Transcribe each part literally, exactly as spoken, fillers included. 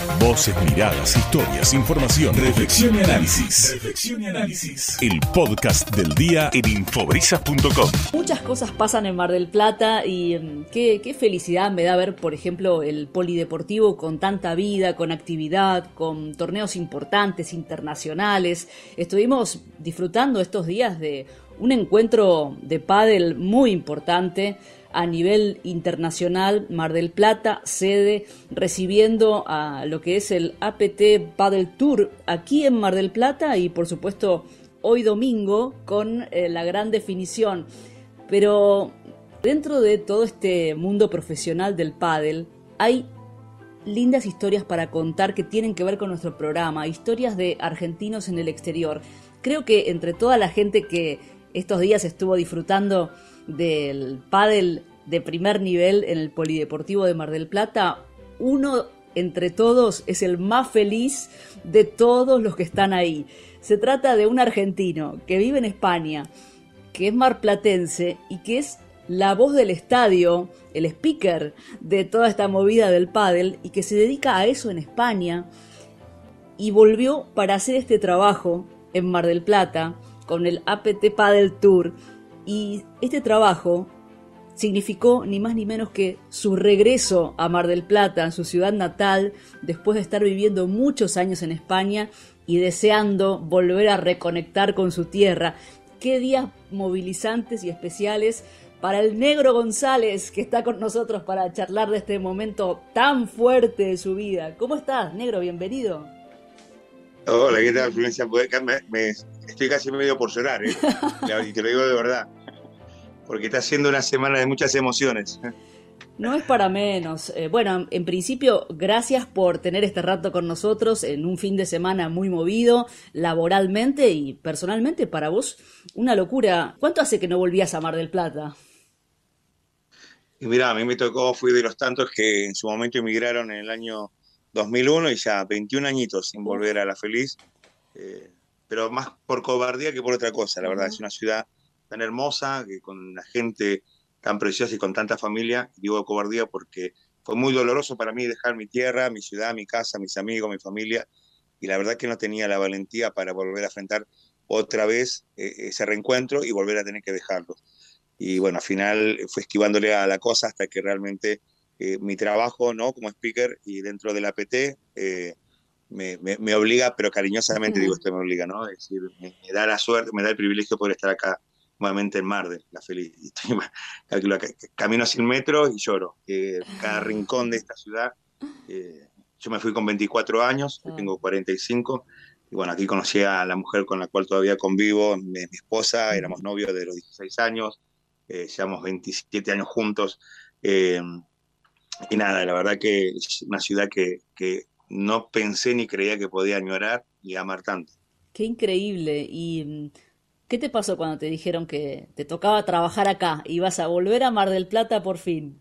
Voces, miradas, historias, información, reflexión y análisis. Reflexión y análisis. El podcast del día en infobrisas punto com. Muchas cosas pasan en Mar del Plata y um, qué, qué felicidad me da ver, por ejemplo, el polideportivo con tanta vida, con actividad, con torneos importantes, internacionales. Estuvimos disfrutando estos días de un encuentro de pádel muy importante a nivel internacional. Mar del Plata, sede, recibiendo a lo que es el A P T Padel Tour aquí en Mar del Plata y por supuesto hoy domingo con eh, la gran definición. Pero dentro de todo este mundo profesional del pádel hay lindas historias para contar que tienen que ver con nuestro programa, historias de argentinos en el exterior. Creo que entre toda la gente que estos días estuvo disfrutando del pádel de primer nivel en el Polideportivo de Mar del Plata, uno entre todos es el más feliz de todos los que están ahí. Se trata de un argentino que vive en España, que es marplatense y que es la voz del estadio, el speaker de toda esta movida del pádel y que se dedica a eso en España y volvió para hacer este trabajo en Mar del Plata con el A P T Padel Tour. Y este trabajo significó ni más ni menos que su regreso a Mar del Plata, en su ciudad natal, después de estar viviendo muchos años en España y deseando volver a reconectar con su tierra. Qué días movilizantes y especiales para el Negro González, que está con nosotros para charlar de este momento tan fuerte de su vida. ¿Cómo estás, Negro? Bienvenido. Hola, ¿qué tal, Florencia? Me, me, estoy casi medio por llorar, ¿eh? Y te lo digo de verdad, porque está siendo una semana de muchas emociones. No es para menos. Eh, bueno, en principio, gracias por tener este rato con nosotros en un fin de semana muy movido, laboralmente y personalmente para vos, una locura. ¿Cuánto hace que no volvías a Mar del Plata? Y mirá, a mí me tocó, fui de los tantos que en su momento emigraron en el año dos mil uno y ya veintiún añitos sin volver a La Feliz, eh, pero más por cobardía que por otra cosa. La uh-huh. verdad, es una ciudad tan hermosa, que con la gente tan preciosa y con tanta familia. Digo cobardía porque fue muy doloroso para mí dejar mi tierra, mi ciudad, mi casa, mis amigos, mi familia, y la verdad que no tenía la valentía para volver a enfrentar otra vez eh, ese reencuentro y volver a tener que dejarlo. Y bueno, al final fue esquivándole a la cosa hasta que realmente Eh, mi trabajo, ¿no?, como speaker y dentro del A P T eh, me, me, me obliga, pero cariñosamente digo esto me obliga, ¿no? Es decir, me, me da la suerte, me da el privilegio de poder estar acá nuevamente en Mar de La Feliz. Estoy, calculo, camino cien metros y lloro. Eh, cada rincón de esta ciudad. Eh, yo me fui con veinticuatro años, yo tengo cuarenta y cinco. Y bueno, aquí conocí a la mujer con la cual todavía convivo, mi, mi esposa, éramos novios de los dieciséis años, eh, llevamos veintisiete años juntos. Eh, Y nada, la verdad que es una ciudad que, que no pensé ni creía que podía añorar y amar tanto. Qué increíble. ¿Y qué te pasó cuando te dijeron que te tocaba trabajar acá y vas a volver a Mar del Plata por fin?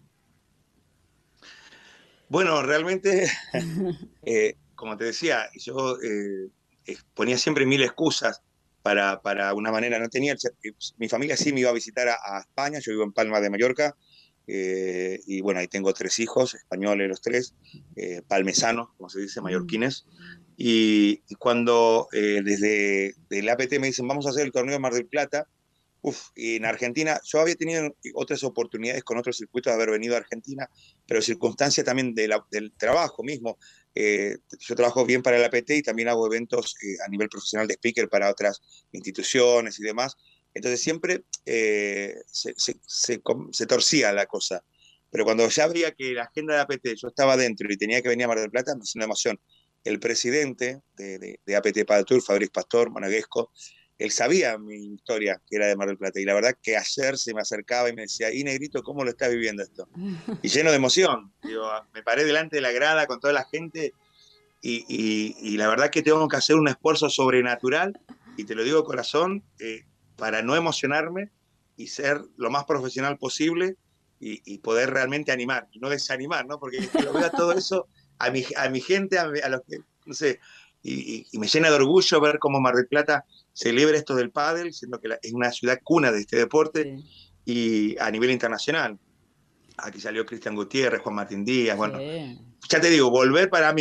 Bueno, realmente, eh, como te decía, yo eh, ponía siempre mil excusas para, para una manera, no tenía, mi familia sí me iba a visitar a, a España, yo vivo en Palma de Mallorca. Eh, y bueno, ahí tengo tres hijos, españoles los tres, eh, palmesanos, como se dice, mallorquines. Y, y cuando eh, desde el A P T me dicen, vamos a hacer el torneo de Mar del Plata, uf, y en Argentina, yo había tenido otras oportunidades con otros circuitos de haber venido a Argentina, pero circunstancia también de la, del trabajo mismo. Eh, yo trabajo bien para el A P T y también hago eventos eh, a nivel profesional de speaker para otras instituciones y demás. Entonces siempre eh, se, se, se, se torcía la cosa. Pero cuando ya veía que la agenda de A P T, yo estaba dentro y tenía que venir a Mar del Plata, me hizo una emoción. El presidente de, de, de A P T Padel Tour, Fabriz Pastor, monegasco, él sabía mi historia, que era de Mar del Plata. Y la verdad que ayer se me acercaba y me decía, y Negrito, ¿cómo lo estás viviendo esto? Y lleno de emoción. Digo, me paré delante de la grada con toda la gente y, y, y la verdad que tengo que hacer un esfuerzo sobrenatural, y te lo digo de corazón, eh, para no emocionarme y ser lo más profesional posible y, y poder realmente animar, y no desanimar, ¿no? Porque lo veo a todo eso, a mi, a mi gente, a, a los que, no sé, y, y, y me llena de orgullo ver cómo Mar del Plata celebra esto del pádel, siendo que la, es una ciudad cuna de este deporte, sí. Y a nivel internacional. Aquí salió Cristian Gutiérrez, Juan Martín Díaz, sí. Bueno, ya te digo, volver para mí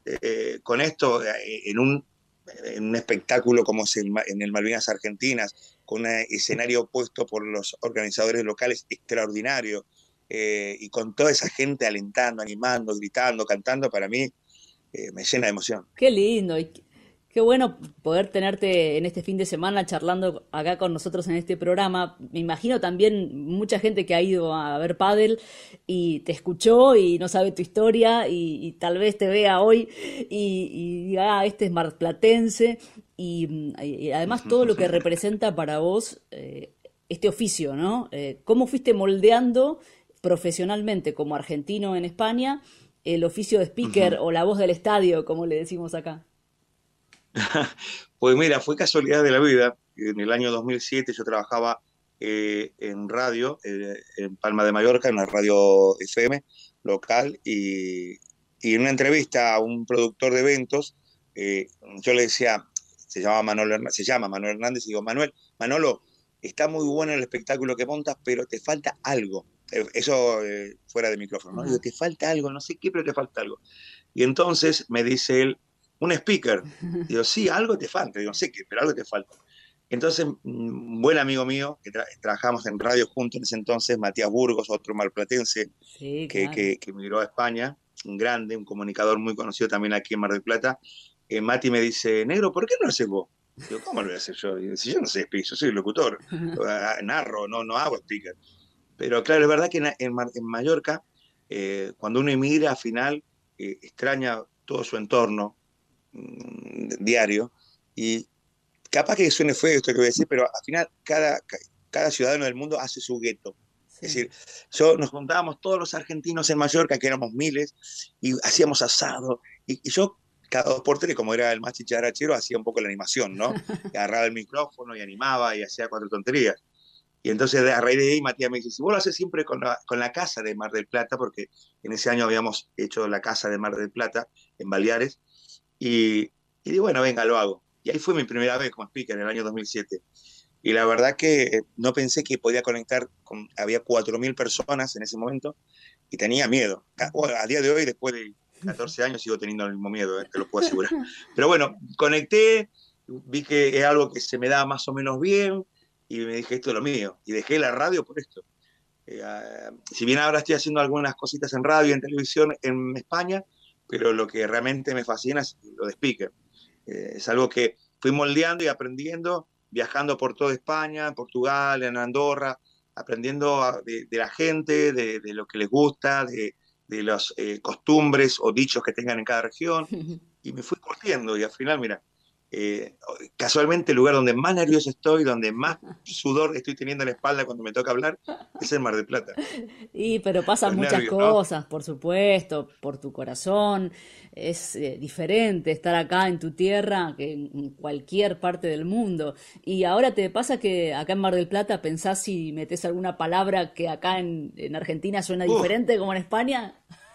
eh, con esto, eh, en un, en un espectáculo como es el, en el Malvinas Argentinas, con un escenario puesto por los organizadores locales extraordinario, eh, y con toda esa gente alentando, animando, gritando, cantando, para mí eh, me llena de emoción. Qué lindo y qué qué bueno poder tenerte en este fin de semana charlando acá con nosotros en este programa. Me imagino también mucha gente que ha ido a ver pádel y te escuchó y no sabe tu historia y, y tal vez te vea hoy y, y diga, ah, este es marplatense y, mm, y además todo lo que representa para vos eh, este oficio, ¿no? Eh, ¿cómo fuiste moldeando profesionalmente como argentino en España el oficio de speaker o la voz del estadio, como le decimos acá? Pues mira, fue casualidad de la vida. En el año dos mil siete yo trabajaba eh, en radio, eh, en Palma de Mallorca, en una radio F M local, y, y en una entrevista a un productor de eventos, eh, yo le decía, se llama Manuel, Hernández, se llama Manuel Hernández, y digo, Manuel, Manolo, está muy bueno el espectáculo que montas, pero te falta algo. Eh, Eso eh, fuera de micrófono, ¿no? Digo, Ajá. te falta algo, no sé qué, pero te falta algo. Y entonces me dice él, un speaker. Digo, sí, algo te falta. Digo, no sé qué, pero algo te falta. Entonces, un buen amigo mío, que tra trabajamos en radio juntos en ese entonces, Matías Burgos, otro malplatense Sí, que, claro. que, que migró a España, un grande, un comunicador muy conocido también aquí en Mar del Plata, eh, Mati me dice, negro, ¿por qué no lo haces vos? Digo, ¿cómo lo voy a hacer yo? Digo, si yo no sé speaker, yo soy locutor, narro, no, no hago speaker. Pero claro, es verdad que en, en, en Mallorca, eh, cuando uno emigra, al final eh, extraña todo su entorno mm, diario, y capaz que suene feo esto que voy a decir, pero al final cada, cada ciudadano del mundo hace su gueto. Es Sí. decir, yo, nos juntábamos todos los argentinos en Mallorca, que éramos miles, y hacíamos asado, y, y yo cada dos por tres, como era el más chicharachero, hacía un poco la animación, ¿no? Agarraba el micrófono y animaba y hacía cuatro tonterías. Y entonces a raíz de ahí Matías me dice, si vos lo haces siempre con la, con la casa de Mar del Plata, porque en ese año habíamos hecho la casa de Mar del Plata en Baleares, y, y digo, bueno, venga, lo hago. Y ahí fue mi primera vez como speaker en el año dos mil siete. Y la verdad que eh, no pensé que podía conectar con, había cuatro mil personas en ese momento, y tenía miedo. A, bueno, a día de hoy, después de catorce años, sigo teniendo el mismo miedo, eh, te lo puedo asegurar. Pero bueno, conecté, vi que es algo que se me da más o menos bien, y me dije, esto es lo mío. Y dejé la radio por esto. Eh, uh, si bien ahora estoy haciendo algunas cositas en radio y en televisión en España, pero lo que realmente me fascina es lo de speaker. Eh, es algo que fui moldeando y aprendiendo, viajando por toda España, en Portugal, en Andorra, aprendiendo a, de, de, la gente, de, de, lo que les gusta, de, de las eh, costumbres o dichos que tengan en cada región, y me fui curtiendo, y al final, mira, eh, casualmente el lugar donde más nervioso estoy, donde más sudor estoy teniendo en la espalda cuando me toca hablar, es el Mar del Plata. Y pero pasan Los muchas nervios, ¿no? cosas, por supuesto, por tu corazón. Es eh, diferente estar acá en tu tierra que en cualquier parte del mundo. Y ahora te pasa que acá en Mar del Plata pensás si metes alguna palabra que acá en, en Argentina suena Uf, diferente como en España.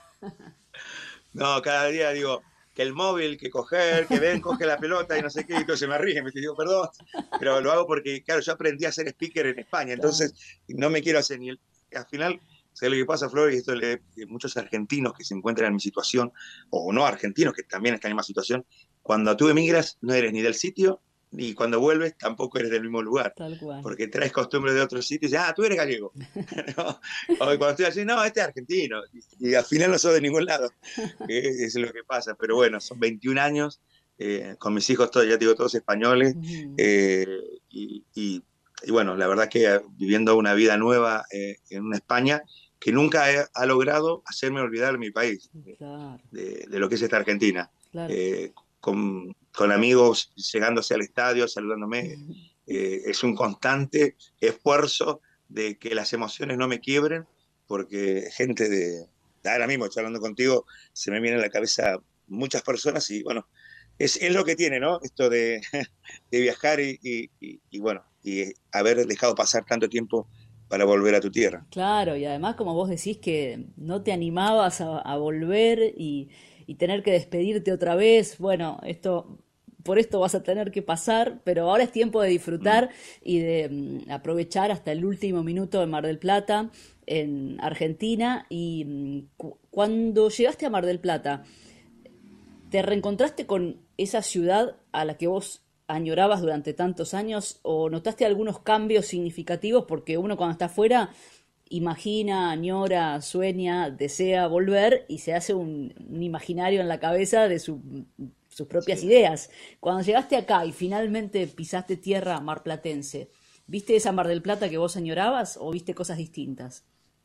no, cada día digo que el móvil, que coger, que ven, coge la pelota y no sé qué, y todo se me ríe, me digo, perdón, pero lo hago porque, claro, yo aprendí a ser speaker en España, Claro. entonces no me quiero hacer ni el... Al final, ¿sabes lo que pasa, Flor? Y esto le muchos argentinos que se encuentran en mi situación, o no argentinos que también están en mi situación, cuando tú emigras no eres ni del sitio, y cuando vuelves tampoco eres del mismo lugar, Tal cual. porque traes costumbres de otros sitios, y, ah, tú eres gallego. ¿No? O cuando estoy así, no, este es argentino, y, y al final no soy de ningún lado. Es, es lo que pasa, pero bueno, son veintiún años, eh, con mis hijos, todos, ya te digo, todos españoles, Ujú. eh, y, y, y, bueno, la verdad que viviendo una vida nueva eh, en una España que nunca he, ha logrado hacerme olvidar de mi país, de, Claro, de, lo que es esta Argentina, claro. eh, con, con, amigos llegándose al estadio, saludándome, eh, es un constante esfuerzo de que las emociones no me quiebren, porque gente de, ahora mismo estoy hablando contigo, se me viene a la cabeza muchas personas y bueno, es, es lo que tiene, ¿no? Esto de, de viajar y, y, y, y, bueno, y haber dejado pasar tanto tiempo para volver a tu tierra. Claro, y además como vos decís que no te animabas a, a volver y, y tener que despedirte otra vez, bueno, esto, por esto vas a tener que pasar, pero ahora es tiempo de Mm. disfrutar y de mm, aprovechar hasta el último minuto en Mar del Plata, en Argentina, y mm, cu- cuando llegaste a Mar del Plata, ¿Te reencontraste con esa ciudad a la que vos añorabas durante tantos años o notaste algunos cambios significativos? Porque uno cuando está afuera imagina, añora, sueña, desea volver y se hace un, un imaginario en la cabeza de su, sus propias Sí. ideas. Cuando llegaste acá y finalmente pisaste tierra marplatense, ¿viste esa Mar del Plata que vos añorabas o viste cosas distintas?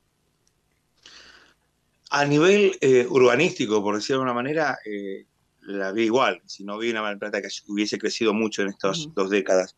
A nivel eh, urbanístico, por decirlo de alguna manera, eh, la vi igual. Si no vi una Mar del Plata que hubiese crecido mucho en estas Ujú. dos décadas.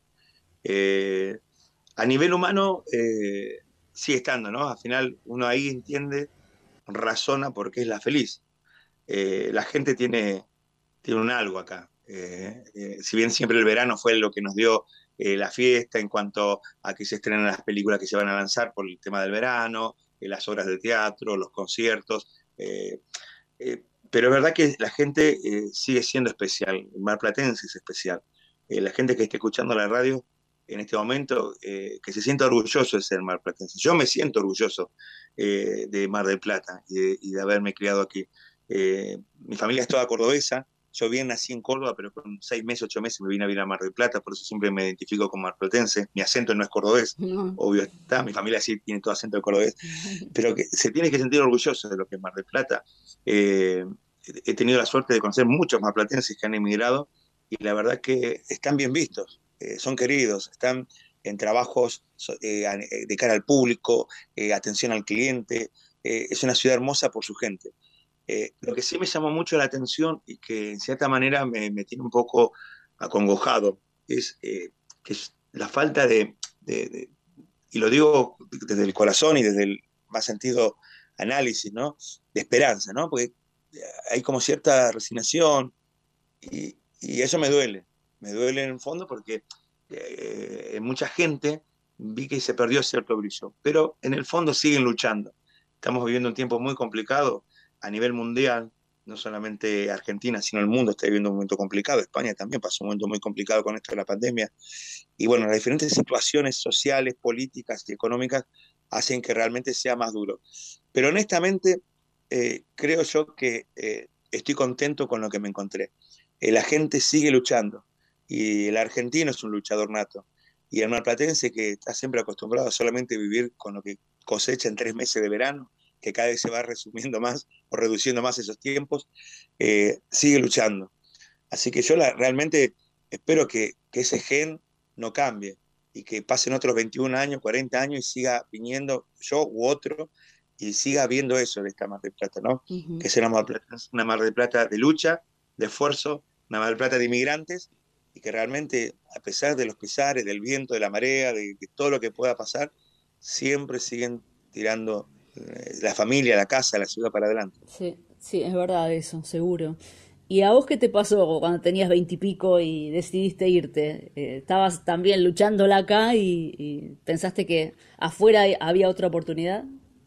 Eh, a nivel humano, eh, sigue estando, ¿no? Al final uno ahí entiende, razona por qué es la feliz. Eh, la gente tiene, tiene un algo acá. Eh, eh, si bien siempre el verano fue lo que nos dio eh, la fiesta en cuanto a que se estrenan las películas que se van a lanzar por el tema del verano, eh, las obras de teatro, los conciertos. eh, eh, pero es verdad que la gente eh, sigue siendo especial, el marplatense es especial. Eh, la gente que esté escuchando la radio en este momento, eh, que se sienta orgulloso de ser marplatense. Yo me siento orgulloso eh, de Mar del Plata y de, y de haberme criado aquí. Eh, mi familia es toda cordobesa, yo bien nací en Córdoba, pero con seis meses, ocho meses me vine a vivir a Mar del Plata, por eso siempre me identifico como marplatense. Mi acento no es cordobés, No. obvio está, mi familia sí tiene todo acento de cordobés, pero que se tiene que sentir orgulloso de lo que es Mar del Plata. Eh, he tenido la suerte de conocer muchos marplatenses que han emigrado y la verdad que están bien vistos, eh, son queridos, están en trabajos eh, de cara al público, eh, atención al cliente. Eh, es una ciudad hermosa por su gente. Eh, lo que sí me llamó mucho la atención y que en cierta manera me, me tiene un poco acongojado es eh, que es la falta de, de, de, y lo digo desde el corazón y desde el más sentido análisis, ¿no? De esperanza, ¿no? Porque hay como cierta resignación y, y eso me duele, me duele en el fondo porque eh, mucha gente vi que se perdió cierto brillo, pero en el fondo siguen luchando. Estamos viviendo un tiempo muy complicado a nivel mundial, no solamente Argentina, sino el mundo está viviendo un momento complicado. España también pasó un momento muy complicado con esto de la pandemia. Y bueno, las diferentes situaciones sociales, políticas y económicas hacen que realmente sea más duro. Pero honestamente, eh, creo yo que eh, estoy contento con lo que me encontré. Eh, la gente sigue luchando y el argentino es un luchador nato. Y el marplatense que está siempre acostumbrado a solamente vivir con lo que cosecha en tres meses de verano, que cada vez se va resumiendo más o reduciendo más esos tiempos, eh, sigue luchando. Así que yo la, realmente espero que, que ese gen no cambie y que pasen otros veintiún años, cuarenta años y siga viniendo yo u otro y siga viendo eso de esta Mar del Plata, ¿no? Ujú. Que sea una Mar del Plata, una Mar del Plata de lucha, de esfuerzo, una Mar del Plata de inmigrantes y que realmente, a pesar de los pesares, del viento, de la marea, de, de todo lo que pueda pasar, siempre siguen tirando eh, la familia, la casa, la ciudad para adelante. Sí, sí, es verdad eso, seguro. ¿Y a vos qué te pasó cuando tenías veintipico y decidiste irte? Eh, ¿estabas también luchándola acá y, y pensaste que afuera había otra oportunidad?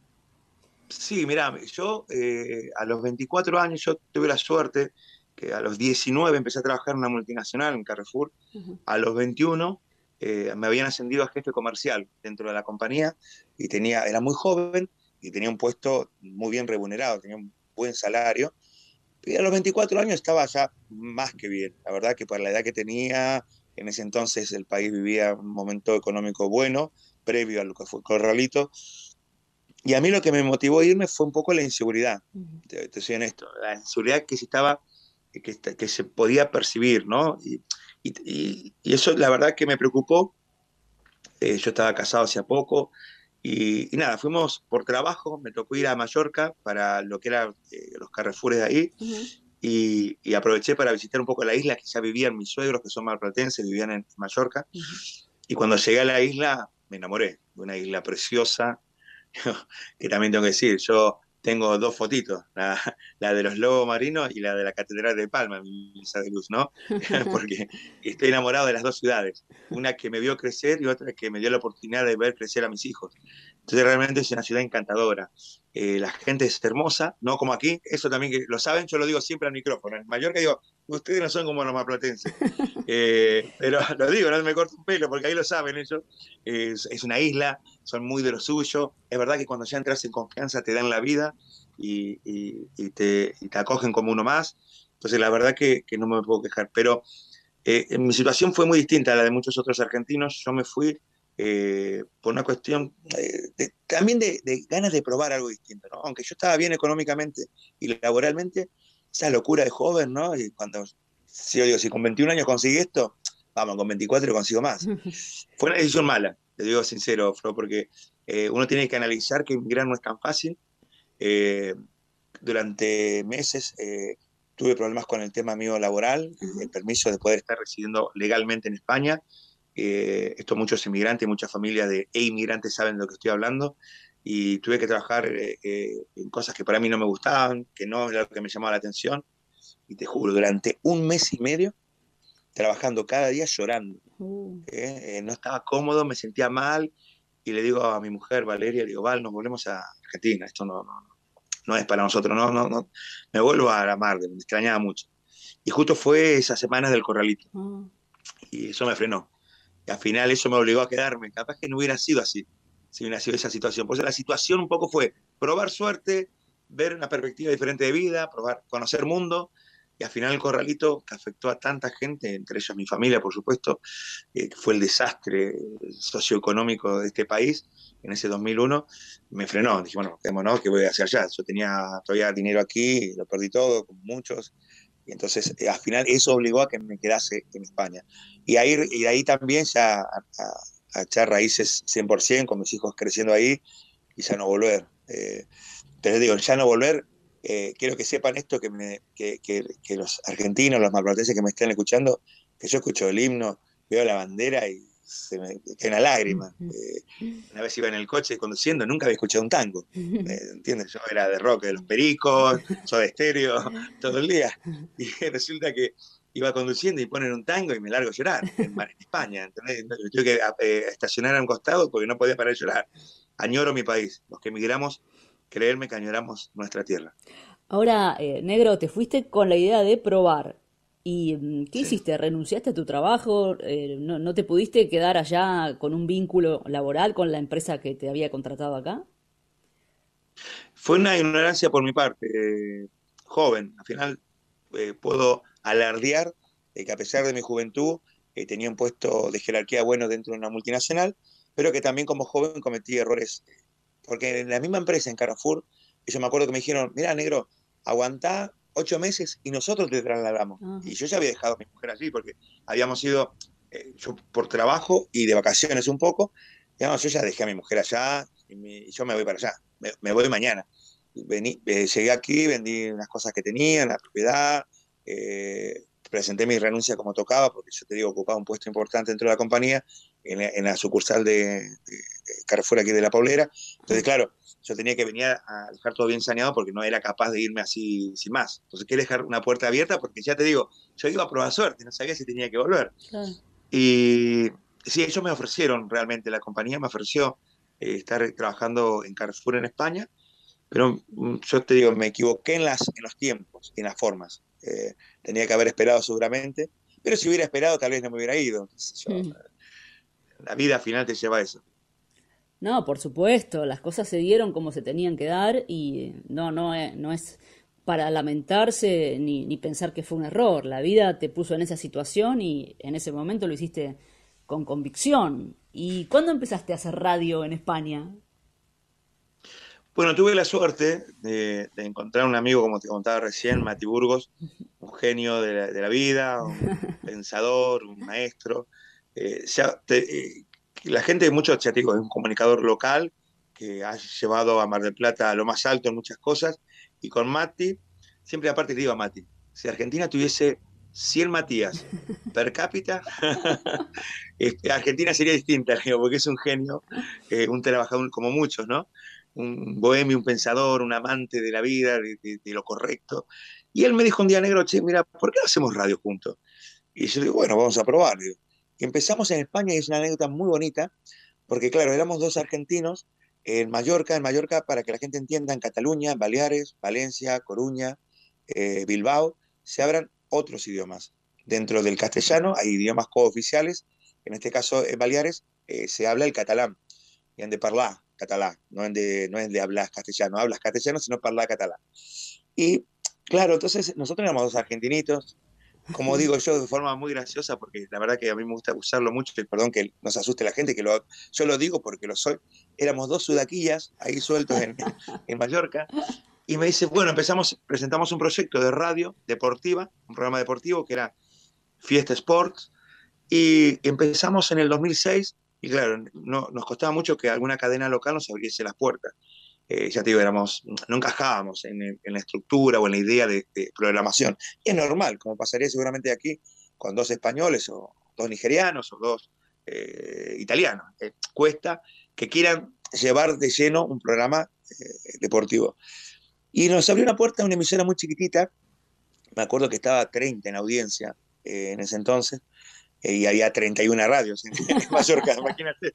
Sí, mirá, yo eh, a los veinticuatro años yo tuve la suerte que a los diecinueve empecé a trabajar en una multinacional, en Carrefour. Ujú. A los veintiuno eh, me habían ascendido a jefe comercial dentro de la compañía y tenía, era muy joven y tenía un puesto muy bien remunerado, tenía un buen salario. Y a los veinticuatro años estaba ya más que bien. La verdad que para la edad que tenía, en ese entonces el país vivía un momento económico bueno, previo a lo que fue Corralito. Y a mí lo que me motivó a irme fue un poco la inseguridad, Ujú. te, te soy honesto, la inseguridad que se estaba, que, que se podía percibir, ¿no? Y, y, y, eso la verdad que me preocupó. Eh, yo estaba casado hace poco y, y, nada, fuimos por trabajo, me tocó ir a Mallorca para lo que eran eh, los Carrefours de ahí Ujú. y, y, aproveché para visitar un poco la isla, que ya vivían mis suegros, que son malplatenses, vivían en Mallorca. Ujú. Y cuando llegué a la isla, me enamoré de una isla preciosa, que también tengo que decir, yo tengo dos fotitos, la, la de los lobos marinos y la de la Catedral de Palma, mi misa de luz, ¿no? Porque estoy enamorado de las dos ciudades, una que me vio crecer y otra que me dio la oportunidad de ver crecer a mis hijos. Entonces realmente es una ciudad encantadora. Eh, la gente es hermosa, no como aquí, eso también que lo saben, yo lo digo siempre al micrófono. En Mallorca digo, ustedes no son como los marplatenses. Eh, pero lo digo, no me corto un pelo, porque ahí lo saben ellos. Es, es una isla, son muy de lo suyo. Es verdad que cuando ya entras en confianza te dan la vida y, y, y, te, y te acogen como uno más. Entonces, la verdad que, que no me puedo quejar. Pero eh, mi situación fue muy distinta a la de muchos otros argentinos. Yo me fui eh, por una cuestión eh, de, también de, de ganas de probar algo distinto, ¿no? Aunque yo estaba bien económicamente y laboralmente, esa locura de joven, ¿no? Y cuando, si yo digo, si con veintiún años conseguí esto, vamos, con veinticuatro consigo más. Fue una decisión mala, te digo sincero, Flo, porque eh, uno tiene que analizar que emigrar no es tan fácil. Eh, durante meses eh, tuve problemas con el tema mío laboral, Ajá. el permiso de poder estar residiendo legalmente en España. Eh, esto muchos inmigrantes, muchas familias de e inmigrantes saben de lo que estoy hablando. Y tuve que trabajar eh, eh, en cosas que para mí no me gustaban, que no era lo que me llamaba la atención. Y te juro, durante un mes y medio, trabajando cada día llorando. Uh. ¿eh? Eh, no estaba cómodo, me sentía mal. Y le digo a mi mujer, Valeria, le digo, Val, nos volvemos a Argentina. Esto no, no, no es para nosotros, no, no, no. Me vuelvo a la mar, me extrañaba mucho. Y justo fue esas semanas del corralito. Ah. Y eso me frenó. Y al final eso me obligó a quedarme. Capaz que no hubiera sido así, si hubiera sido esa situación. Por eso la situación un poco fue probar suerte, ver una perspectiva diferente de vida, probar, conocer mundo. Y al final el corralito, que afectó a tanta gente, entre ellos mi familia, por supuesto, eh, que fue el desastre socioeconómico de este país en ese dos mil uno, me frenó. Dije, bueno, quedémonos, ¿qué voy a hacer allá? Yo tenía todavía dinero aquí, lo perdí todo, como muchos. Y entonces, eh, al final, eso obligó a que me quedase en España. Y ahí, y ahí también ya a, a, a echar raíces cien por ciento, con mis hijos creciendo ahí, y ya no volver. Eh, pero digo, ya no volver, eh, quiero que sepan esto, que, me, que, que, que los argentinos, los malplatenses que me estén escuchando, que yo escucho el himno, veo la bandera y se me cae una lágrima. Eh, una vez iba en el coche conduciendo, nunca había escuchado un tango. ¿Me entiendes? Yo era de rock, de los Pericos, yo de estéreo, todo el día. Y resulta que iba conduciendo y ponen un tango y me largo a llorar en, en España. ¿Entendés? Yo tuve que eh, estacionar a un costado porque no podía parar de llorar. Añoro mi país. Los que emigramos, creerme que añoramos nuestra tierra. Ahora, eh, negro, te fuiste con la idea de probar. ¿Y mm, qué Sí. hiciste? ¿Renunciaste a tu trabajo? Eh, no, ¿no te pudiste quedar allá con un vínculo laboral con la empresa que te había contratado acá? Fue una ignorancia por mi parte, eh, joven. Al final eh, puedo alardear de que a pesar de mi juventud eh, tenía un puesto de jerarquía bueno dentro de una multinacional, pero que también como joven cometí errores. Porque en la misma empresa, en Carrefour, yo me acuerdo que me dijeron, mira, negro, aguantá ocho meses y nosotros te trasladamos. Ajá. Y yo ya había dejado a mi mujer allí porque habíamos ido, eh, yo por trabajo y de vacaciones un poco, digamos, yo ya dejé a mi mujer allá y, mi, y yo me voy para allá, me, me voy mañana. Vení, eh, llegué aquí, vendí unas cosas que tenía en la propiedad, eh, presenté mi renuncia como tocaba, porque yo te digo, ocupaba un puesto importante dentro de la compañía, en la, en la sucursal de, de, de Carrefour aquí de La Paulera. Entonces, claro, yo tenía que venir a dejar todo bien saneado porque no era capaz de irme así sin más. Entonces, quería dejar una puerta abierta porque ya te digo, yo iba a probar suerte, no sabía si tenía que volver. Claro. Y sí, ellos me ofrecieron realmente, la compañía me ofreció eh, estar trabajando en Carrefour en España, pero mm, yo te digo, me equivoqué en, las, en los tiempos y en las formas. Eh, tenía que haber esperado seguramente, pero si hubiera esperado tal vez no me hubiera ido. Yo, la vida al final te lleva a eso. No, por supuesto, las cosas se dieron como se tenían que dar y no, no, es- no es para lamentarse ni, ni pensar que fue un error. La vida te puso en esa situación y en ese momento lo hiciste con convicción. ¿Y cuándo empezaste a hacer radio en España? Bueno, tuve la suerte de, de encontrar un amigo, como te contaba recién, Mati Burgos, un genio de la, de la vida, un pensador, un maestro. Eh, ya te- eh, la gente, mucho, ya te digo, es un comunicador local que ha llevado a Mar del Plata a lo más alto en muchas cosas. Y con Mati, siempre aparte le digo a Mati, si Argentina tuviese cien Matías per cápita, este, Argentina sería distinta, digo, porque es un genio, eh, un trabajador como muchos, ¿no? Un bohemio, un pensador, un amante de la vida, de, de, de lo correcto. Y él me dijo un día, negro, che, mira, ¿por qué no hacemos radio juntos? Y yo digo, bueno, vamos a probar. Digo. Y empezamos en España y es una anécdota muy bonita, porque claro, éramos dos argentinos en Mallorca, en Mallorca, para que la gente entienda, en Cataluña, Baleares, Valencia, Coruña, eh, Bilbao, se hablan otros idiomas. Dentro del castellano hay idiomas cooficiales, en este caso en Baleares eh, se habla el catalán, y han de parlar catalán, no es de, no es de hablar castellano, hablas castellano, sino parlar catalán. Y Claro, entonces nosotros éramos dos argentinitos, como digo yo, de forma muy graciosa, porque la verdad que a mí me gusta usarlo mucho, y perdón que nos asuste la gente, que lo, yo lo digo porque lo soy. Éramos dos sudaquillas ahí sueltos en, en Mallorca, y me dice, bueno, empezamos, presentamos un proyecto de radio deportiva, un programa deportivo que era Fiesta Sports, y empezamos en el dos mil seis, y claro, no, nos costaba mucho que alguna cadena local nos abriese las puertas. Eh, ya te digo, éramos, no encajábamos en, en, la estructura o en la idea de, de programación. Y es normal, como pasaría seguramente aquí con dos españoles o dos nigerianos o dos eh, italianos. Eh, cuesta que quieran llevar de lleno un programa eh, deportivo. Y nos abrió una puerta a una emisora muy chiquitita, me acuerdo que estaba treinta en audiencia eh, en ese entonces, eh, y había treinta y una radios en, en Mallorca, imagínate.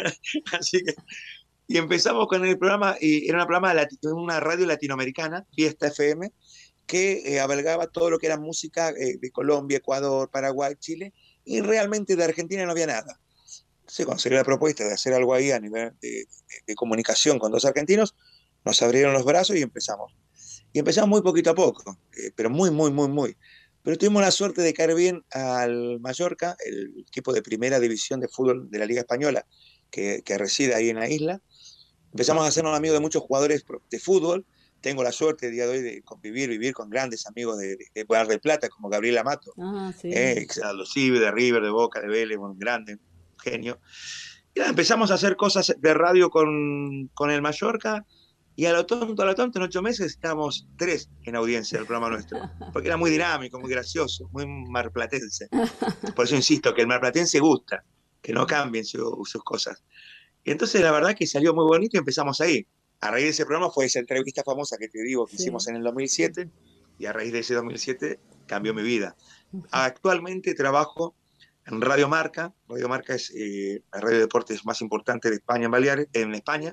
Así que y empezamos con el programa, y era un programa de una radio latinoamericana, Fiesta F M, que eh, abarcaba todo lo que era música eh, de Colombia, Ecuador, Paraguay, Chile, y realmente de Argentina no había nada. Entonces, cuando salió la propuesta de hacer algo ahí a nivel de, de, de comunicación con dos argentinos, nos abrieron los brazos y empezamos. Y empezamos muy poquito a poco, eh, pero muy, muy, muy, muy. Pero tuvimos la suerte de caer bien al Mallorca, el equipo de primera división de fútbol de la Liga Española, que, que reside ahí en la isla. Empezamos a hacernos amigos de muchos jugadores de fútbol. Tengo la suerte el día de hoy de convivir, vivir con grandes amigos de, de, de Mar del Plata, como Gabriel Amato, Ah, sí. eh, los Cibe, de River, de Boca, de Vélez, un grande, genio. Y nada, empezamos a hacer cosas de radio con, con el Mallorca, y a lo tonto, a lo tonto, en ocho meses estábamos tres en audiencia del programa nuestro, porque era muy dinámico, muy gracioso, muy marplatense. Por eso insisto, que el marplatense gusta, que no cambien su, sus cosas. Y entonces la verdad que salió muy bonito y empezamos ahí. A raíz de ese programa fue esa entrevista famosa que te digo que sí. hicimos en el dos mil siete, y a raíz de ese dos mil siete cambió mi vida. Actualmente trabajo en Radio Marca. Radio Marca es eh, la radio de deportes más importante de España en Baleares, en España,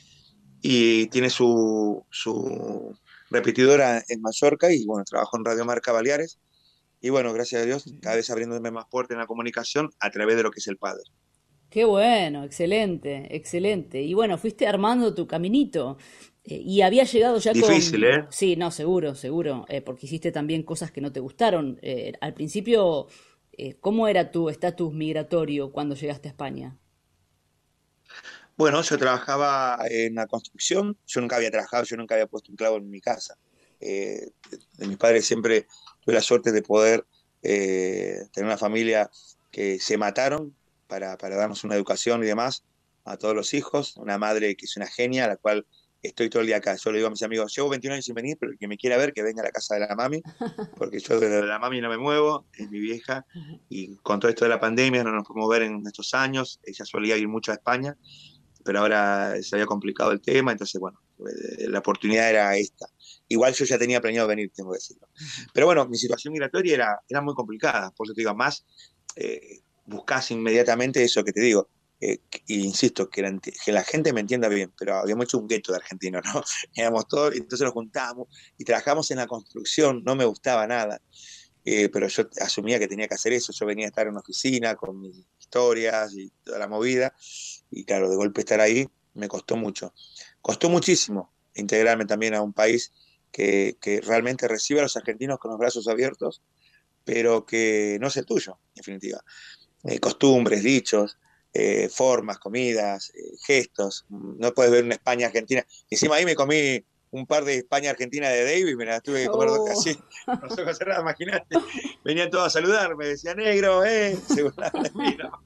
y tiene su, su repetidora en Mallorca, y bueno, trabajo en Radio Marca Baleares, y bueno, gracias a Dios, cada vez abriéndome más puertas en la comunicación a través de lo que es el padre. Qué bueno, excelente, excelente. Y bueno, fuiste armando tu caminito. Eh, y había llegado ya Difícil, con... ¿eh? Sí, no, seguro, seguro, eh, porque hiciste también cosas que no te gustaron. Eh, al principio, eh, ¿cómo era tu estatus migratorio cuando llegaste a España? Bueno, yo trabajaba en la construcción, yo nunca había trabajado, yo nunca había puesto un clavo en mi casa. Eh, de, de mis padres siempre tuve la suerte de poder eh, tener una familia que se mataron para, para darnos una educación y demás a todos los hijos, una madre que es una genia, a la cual estoy todo el día acá. Yo le digo a mis amigos, llevo veintiún años sin venir, pero el que me quiera ver, que venga a la casa de la mami, porque yo de la mami no me muevo, es mi vieja, y con todo esto de la pandemia no nos podemos ver en estos años, ella solía ir mucho a España, pero ahora se había complicado el tema, entonces, bueno, la oportunidad era esta. Igual yo ya tenía planeado venir, tengo que decirlo. Pero bueno, mi situación migratoria era, era muy complicada, por eso te digo, más eh, buscás inmediatamente eso que te digo, eh, y insisto, que la, que la gente me entienda bien, pero habíamos hecho un gueto de argentinos, ¿no? Éramos todos, entonces nos juntábamos y trabajamos en la construcción, no me gustaba nada. Eh, pero yo asumía que tenía que hacer eso, yo venía a estar en una oficina con mis historias y toda la movida, y claro, de golpe estar ahí me costó mucho. Costó muchísimo integrarme también a un país que, que realmente recibe a los argentinos con los brazos abiertos, pero que no es el tuyo, en definitiva. Eh, costumbres, dichos, eh, formas, comidas, eh, gestos. No puedes ver una España-Argentina. Encima ahí me comí un par de España-Argentina de Davis, me las tuve que comer Oh. así, con los ojos cerrados, imagínate. Venían todos a saludar, me decían, negro, eh, se burlaban de mí, ¿no?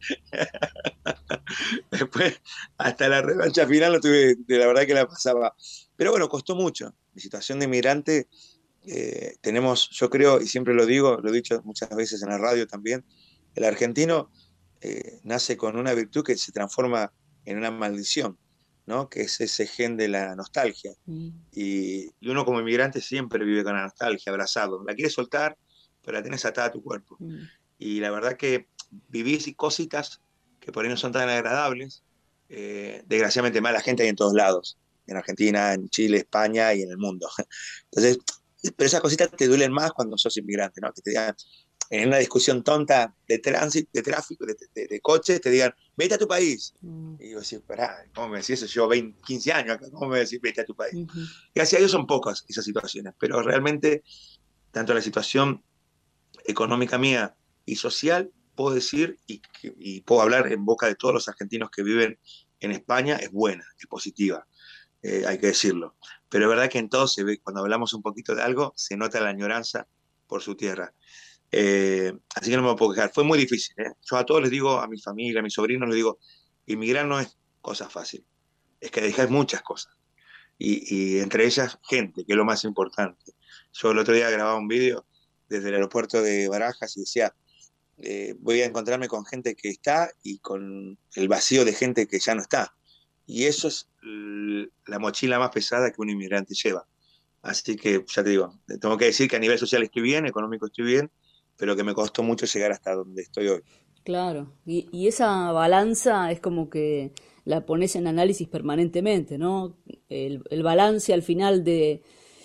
Después, hasta la revancha final, no tuve, de la verdad que la pasaba. Pero bueno, costó mucho. Mi situación de inmigrante, eh, tenemos, yo creo, y siempre lo digo, lo he dicho muchas veces en la radio también, el argentino eh, nace con una virtud que se transforma en una maldición, ¿no? Que es ese gen de la nostalgia. Mm. Y, y uno como inmigrante siempre vive con la nostalgia, abrazado. La quieres soltar, pero la tienes atada a tu cuerpo. Mm. Y la verdad que vivís cositas que por ahí no son tan agradables. Eh, desgraciadamente mala gente hay en todos lados, en Argentina, en Chile, España y en el mundo. Entonces, pero esas cositas te duelen más cuando sos inmigrante, ¿no? Que te digan, en una discusión tonta de tránsito, de tráfico, de, de, de coches, te digan, vete a tu país. Mm. Y digo, sí, pará, ¿cómo me decís eso? Yo veinte, quince años acá, ¿cómo me decís, vete a tu país? Uh-huh. Gracias a Dios son pocas esas situaciones, pero realmente, tanto la situación económica mía y social, puedo decir, y, y puedo hablar en boca de todos los argentinos que viven en España, es buena, es positiva, eh, hay que decirlo. Pero es verdad que en todo se ve, cuando hablamos un poquito de algo, se nota la añoranza por su tierra. Eh, así que no me puedo quejar. Fue muy difícil. ¿eh? Yo a todos les digo, a mi familia, a mis sobrinos, les digo, emigrar no es cosa fácil. Es que dejáis muchas cosas. Y, y entre ellas, gente, que es lo más importante. Yo el otro día grababa un vídeo desde el aeropuerto de Barajas y decía, eh, voy a encontrarme con gente que está y con el vacío de gente que ya no está. Y eso es la mochila más pesada que un inmigrante lleva. Así que, ya te digo, tengo que decir que a nivel social estoy bien, económico estoy bien, pero que me costó mucho llegar hasta donde estoy hoy. Claro, y, y esa balanza es como que la pones en análisis permanentemente, ¿no? El, el balance al final de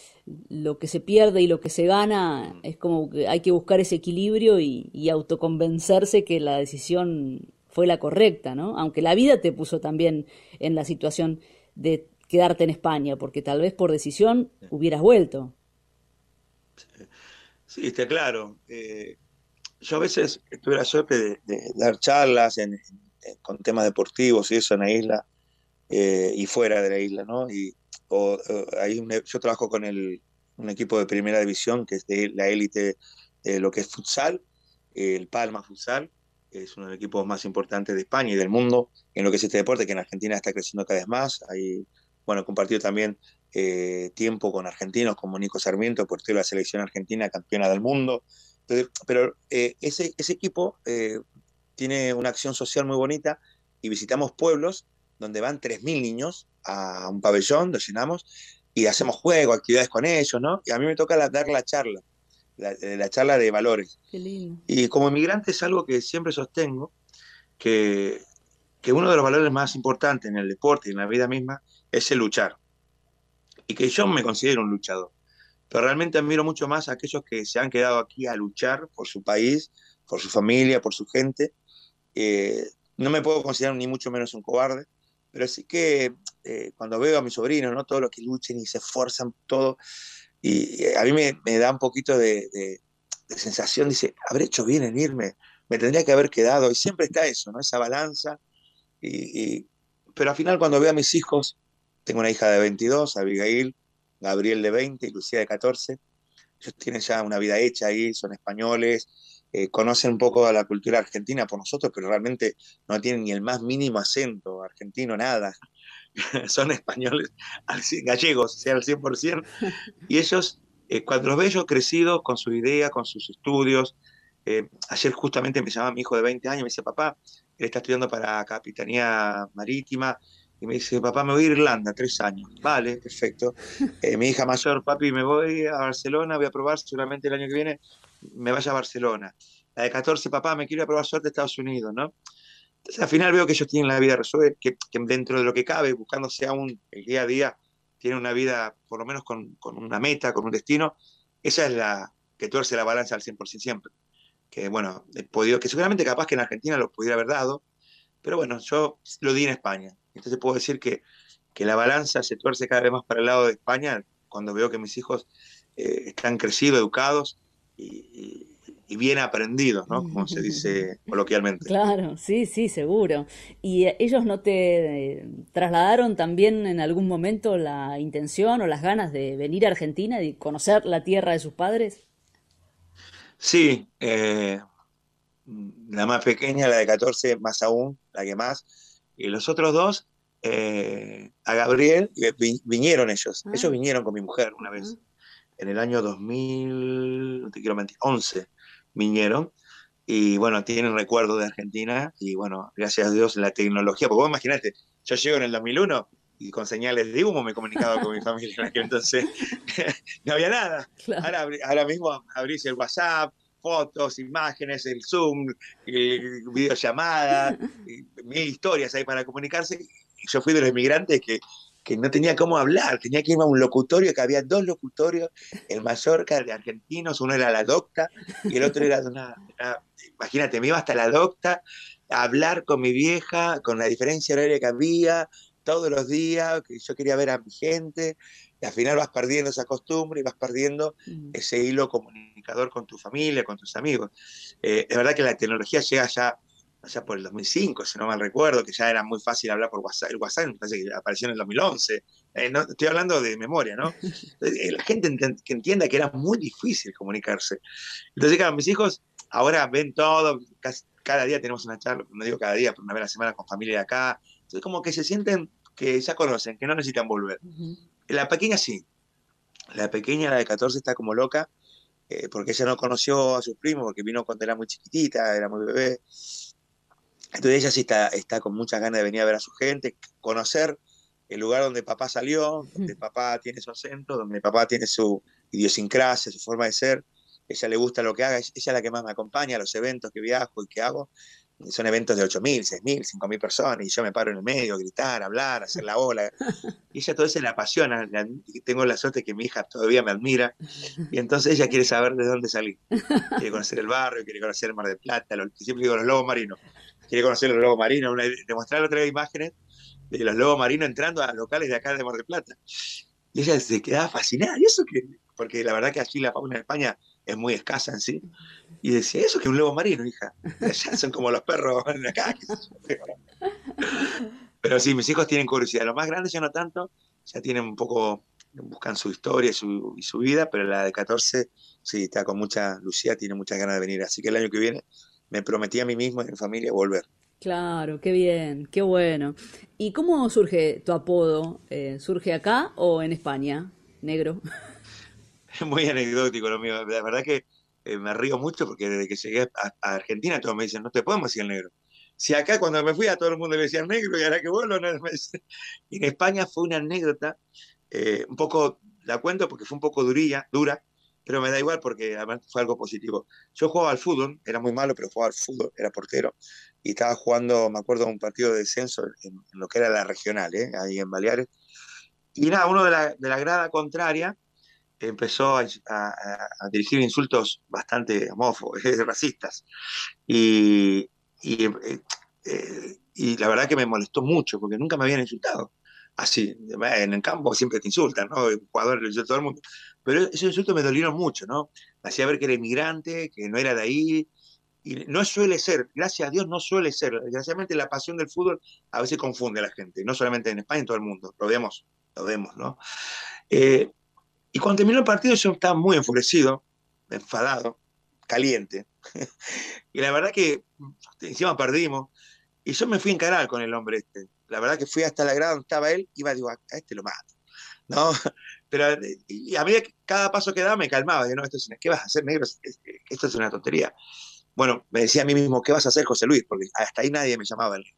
lo que se pierde y lo que se gana, es como que hay que buscar ese equilibrio y, y autoconvencerse que la decisión fue la correcta, ¿no? Aunque la vida te puso también en la situación de quedarte en España, porque tal vez por decisión hubieras vuelto. Sí, sí, está claro. Eh, yo a veces tuve la suerte de, de dar charlas en, en, con temas deportivos y eso en la isla eh, y fuera de la isla, ¿no? Y o, o, hay un, yo trabajo con el, un equipo de primera división que es de la élite de lo que es futsal, el Palma Futsal, es uno de los equipos más importantes de España y del mundo en lo que es este deporte, que en Argentina está creciendo cada vez más. Hay, bueno, compartido también eh, tiempo con argentinos como Nico Sarmiento, portero de la selección argentina, campeona del mundo. Entonces, pero eh, ese, ese equipo eh, tiene una acción social muy bonita y visitamos pueblos donde van tres mil niños a un pabellón, lo llenamos y hacemos juegos, actividades con ellos, ¿no? Y a mí me toca la, dar la charla, la, la charla de valores. Qué lindo. Y como inmigrante es algo que siempre sostengo, que, que uno de los valores más importantes en el deporte y en la vida misma es el luchar. Y que yo me considero un luchador. Pero realmente admiro mucho más a aquellos que se han quedado aquí a luchar por su país, por su familia, por su gente. Eh, no me puedo considerar ni mucho menos un cobarde, pero sí que eh, cuando veo a mis sobrinos, ¿no? Todos los que luchen y se esfuerzan, todo, y, y a mí me, me da un poquito de, de, de sensación, dice, habré hecho bien en irme, me tendría que haber quedado, y siempre está eso, ¿no? Esa balanza, y, y, pero al final cuando veo a mis hijos, tengo una hija de veintidós, Abigail, Gabriel de veinte y Lucía de catorce, ellos tienen ya una vida hecha ahí, son españoles, eh, conocen un poco a la cultura argentina por nosotros, pero realmente no tienen ni el más mínimo acento argentino, nada. Son españoles, gallegos, o sea, al cien por ciento. Y ellos, eh, cuando los veo yo crecidos con su idea, con sus estudios, eh, ayer justamente me llamaba mi hijo de veinte años, me dice, papá, él está estudiando para Capitanía Marítima, y me dice, papá, me voy a Irlanda, tres años. Vale, perfecto. Eh, mi hija mayor, papi, me voy a Barcelona, voy a probar, seguramente el año que viene me vaya a Barcelona. La de catorce, papá, me quiero ir a probar suerte a Estados Unidos, ¿no? Entonces, al final veo que ellos tienen la vida resuelta, que, que dentro de lo que cabe, buscándose aún el día a día, tienen una vida, por lo menos con, con una meta, con un destino. Esa es la que tuerce la balanza al cien por ciento siempre. Que, bueno, he podido, que seguramente capaz que en Argentina lo pudiera haber dado, pero bueno, yo lo di en España. Entonces puedo decir que, que la balanza se tuerce cada vez más para el lado de España cuando veo que mis hijos eh, están crecidos, educados y, y, y bien aprendidos, ¿no? Como se dice coloquialmente. Claro, sí, sí, seguro. ¿Y ellos no te eh, trasladaron también en algún momento la intención o las ganas de venir a Argentina y conocer la tierra de sus padres? Sí, eh, la más pequeña, la de catorce, más aún, la que más. Y los otros dos, eh, a Gabriel, vi, vinieron ellos. Ah. Ellos vinieron con mi mujer una vez. Ah. En el año dos mil, no te quiero mentir, once vinieron. Y bueno, tienen recuerdo de Argentina. Y bueno, gracias a Dios la tecnología. Porque vos imaginate, yo llego en el dos mil uno y con señales de humo me he comunicado con mi familia en aquel entonces. No había nada. Claro. Ahora, ahora mismo abrís el WhatsApp, fotos, imágenes, el Zoom, eh, videollamadas, mil historias ahí para comunicarse. Yo fui de los inmigrantes que que no tenía cómo hablar, tenía que irme a un locutorio, que había dos locutorios en Mallorca de argentinos, uno era la docta y el otro era de una, una, imagínate, me iba hasta la docta a hablar con mi vieja, con la diferencia horaria que había, todos los días, que yo quería ver a mi gente, y al final vas perdiendo esa costumbre y vas perdiendo Mm. ese hilo comunicador con tu familia, con tus amigos. Eh, es verdad que la tecnología llega ya allá por el dos mil cinco, si no mal recuerdo, que ya era muy fácil hablar por WhatsApp. El WhatsApp me parece que apareció en el dos mil once. Eh, no, estoy hablando de memoria, ¿no? Eh, la gente ent que entienda que era muy difícil comunicarse. Entonces, claro, mis hijos ahora ven todo, casi, cada día tenemos una charla, no digo cada día, pero una vez a la semana con familia de acá. Entonces, como que se sienten que ya conocen, que no necesitan volver. Uh-huh. La pequeña sí. La pequeña, la de catorce, está como loca, eh, porque ella no conoció a sus primos, porque vino cuando era muy chiquitita, era muy bebé. Entonces ella sí está, está con muchas ganas de venir a ver a su gente, conocer el lugar donde papá salió, donde papá tiene su acento, donde papá tiene su idiosincrasia, su forma de ser. Ella le gusta lo que haga, ella es la que más me acompaña a los eventos que viajo y que hago. Son eventos de ocho mil, seis mil, cinco mil personas, y yo me paro en el medio, gritar, hablar, hacer la ola. Y ella todo eso le apasiona. Tengo la suerte que mi hija todavía me admira, y entonces ella quiere saber de dónde salí. Quiere conocer el barrio, quiere conocer el Mar del Plata, lo, siempre digo los lobos marinos. Quiere conocer los lobos marinos, una, demostrar otra vez imágenes de los lobos marinos entrando a locales de acá de Mar del Plata. Y ella se quedaba fascinada. ¿Y eso qué? Porque la verdad que aquí la fauna en España es muy escasa en sí. Y decía, ¿eso que es un lobo marino, hija? Allá son como los perros en acá. Pero sí, mis hijos tienen curiosidad. Los más grandes ya no tanto, ya tienen un poco, buscan su historia y su, y su vida, pero la de catorce sí, está con mucha, Lucía tiene muchas ganas de venir. Así que el año que viene me prometí a mí mismo y a mi familia volver. Claro, qué bien, qué bueno. ¿Y cómo surge tu apodo? Eh, ¿surge acá o en España, negro? Es muy anecdótico lo mío. La verdad que eh, me río mucho porque desde que llegué a, a Argentina todos me dicen, no te podemos decir el negro. Si acá cuando me fui a todo el mundo le decían negro y ahora que vuelvo, no me dicen. Y en España fue una anécdota, eh, un poco, la cuento porque fue un poco durilla, dura, pero me da igual porque además fue algo positivo. Yo jugaba al fútbol, era muy malo, pero jugaba al fútbol, era portero, y estaba jugando, me acuerdo, un partido de descenso en, en lo que era la regional, ¿eh? Ahí en Baleares. Y nada, uno de la, de la grada contraria empezó a, a, a dirigir insultos bastante homófobos, racistas. Y, y, eh, eh, y la verdad que me molestó mucho, porque nunca me habían insultado. Así, en el campo siempre te insultan, ¿no? El jugador le insulta a todo el mundo. Pero esos insultos me dolieron mucho, ¿no? Me hacía ver que era inmigrante, que no era de ahí. Y no suele ser, gracias a Dios no suele ser. Desgraciadamente la pasión del fútbol a veces confunde a la gente, no solamente en España, en todo el mundo. Lo vemos, lo vemos, ¿no? Eh, y cuando terminó el partido yo estaba muy enfurecido, enfadado, caliente. Y la verdad que encima perdimos. Y yo me fui a encarar con el hombre este. La verdad que fui hasta la grada donde estaba él, iba, digo, a este lo mato. ¿No? Pero y a mí cada paso que daba me calmaba. Digo, no, esto es una, ¿qué vas a hacer, negro? Esto es una tontería. Bueno, me decía a mí mismo, ¿qué vas a hacer, José Luis? Porque hasta ahí nadie me llamaba el negro.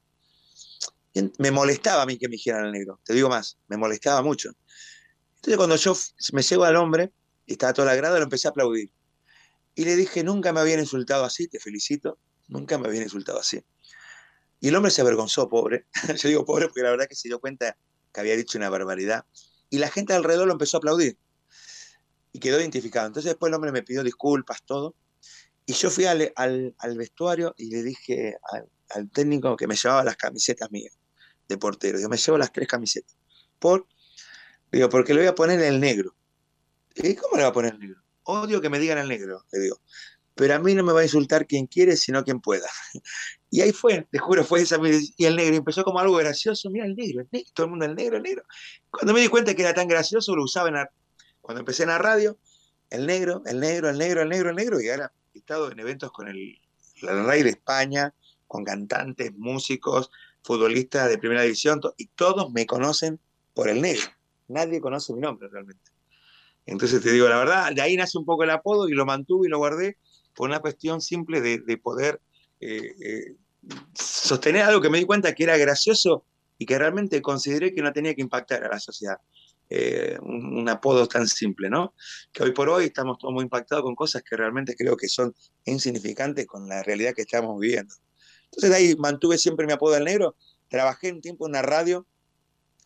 Y me molestaba a mí que me dijeran el negro. Te digo más, me molestaba mucho. Entonces cuando yo me llego al hombre, y estaba toda la grada, lo empecé a aplaudir. Y le dije, nunca me habían insultado así, te felicito, nunca me habían insultado así. Y el hombre se avergonzó, pobre. Yo digo pobre porque la verdad que se dio cuenta que había dicho una barbaridad. Y la gente alrededor lo empezó a aplaudir. Y quedó identificado. Entonces después el hombre me pidió disculpas, todo. Y yo fui al, al, al vestuario y le dije al, al técnico que me llevaba las camisetas mías de portero. Yo me llevo las tres camisetas. ¿Por? Digo, porque le voy a poner el negro. ¿Y cómo le va a poner el negro? Odio que me digan el negro, le digo. Pero a mí no me va a insultar quien quiere, sino quien pueda. Y ahí fue, te juro, fue esa. Y el negro empezó como algo gracioso. Mira, el negro, el negro, todo el mundo, el negro, el negro. Cuando me di cuenta que era tan gracioso, lo usaba en la, cuando empecé en la radio, el negro, el negro, el negro, el negro, el negro. Y ahora he estado en eventos con el, el rey de España, con cantantes, músicos, futbolistas de primera división, y todos me conocen por el negro. Nadie conoce mi nombre realmente. Entonces te digo la verdad, de ahí nace un poco el apodo y lo mantuve y lo guardé por una cuestión simple de, de poder eh, eh, sostener algo que me di cuenta que era gracioso y que realmente consideré que no tenía que impactar a la sociedad. Eh, un, un apodo tan simple, ¿no? Que hoy por hoy estamos todos muy impactados con cosas que realmente creo que son insignificantes con la realidad que estamos viviendo. Entonces de ahí mantuve siempre mi apodo del negro. Trabajé un tiempo en una radio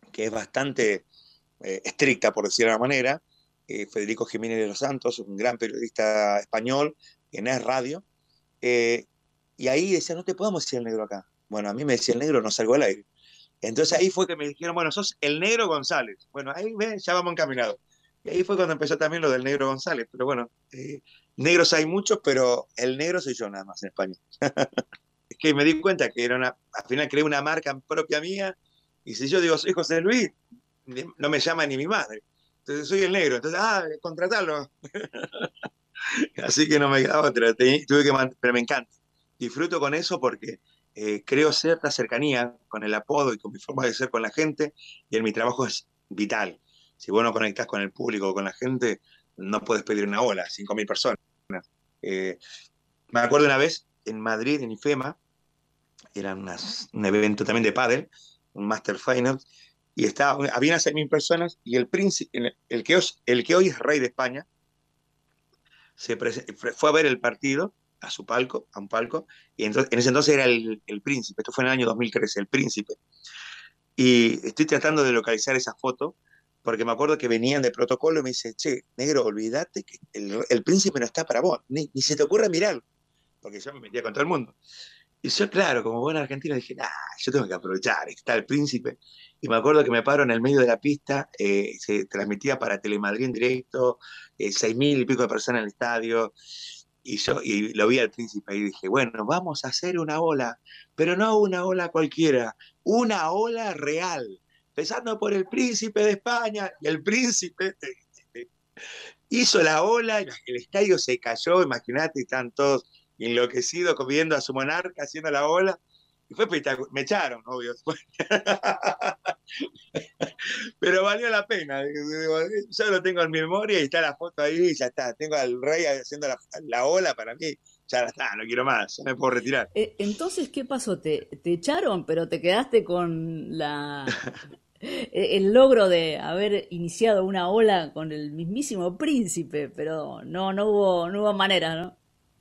que es bastante eh, estricta, por decirlo de alguna manera, eh, Federico Jiménez de los Santos, un gran periodista español, en Es Radio, eh, y ahí decía, no te podemos decir el negro acá. Bueno, a mí me decía el negro, no salgo al aire. Entonces ahí fue que me dijeron, bueno, sos el negro González. Bueno, ahí ven, ya vamos encaminados. Y ahí fue cuando empezó también lo del negro González. Pero bueno, eh, negros hay muchos, pero el negro soy yo nada más en España. Es que me di cuenta que era una, al final creé una marca propia mía, y si yo digo soy José Luis, no me llama ni mi madre. Entonces soy el negro. Entonces, ah, contratarlo. Así que no me quedaba otra. Tuve que, pero me encanta. Disfruto con eso porque eh, creo cierta cercanía con el apodo y con mi forma de ser con la gente, y en mi trabajo es vital. Si vos no conectás con el público o con la gente, no puedes pedir una ola, cinco mil personas. Eh, me acuerdo una vez en Madrid, en IFEMA, era unas, un evento también de pádel, un Master Final, y estaba, había unas seis mil personas, y el príncipe, el, el, que, el que hoy es rey de España, se fue a ver el partido a su palco, a un palco, y entonces, en ese entonces era el, el príncipe, esto fue en el año dos mil trece, el príncipe. Y estoy tratando de localizar esa foto, porque me acuerdo que venían de protocolo y me dice, che, negro, olvídate que el, el príncipe no está para vos, ni, ni se te ocurra mirarlo, porque yo me metía con todo el mundo. Y yo, claro, como buen argentino, dije, nah, yo tengo que aprovechar, está el príncipe. Y me acuerdo que me paro en el medio de la pista, eh, se transmitía para Telemadrid en directo, eh, seis mil y pico de personas en el estadio, y yo y lo vi al príncipe y dije, bueno, vamos a hacer una ola, pero no una ola cualquiera, una ola real, empezando por el príncipe de España, y el príncipe eh, hizo la ola, y el estadio se cayó, imagínate, están todos enloquecidos comiendo a su monarca, haciendo la ola, y fue espectacular. Me echaron, obvio. Pero valió la pena. Yo lo tengo en mi memoria y está la foto ahí y ya está. Tengo al rey haciendo la, la ola para mí. Ya está, no quiero más, ya me puedo retirar. Entonces, ¿qué pasó? Te, te echaron, pero te quedaste con la el logro de haber iniciado una ola con el mismísimo príncipe, pero no, no hubo, no hubo manera, ¿no?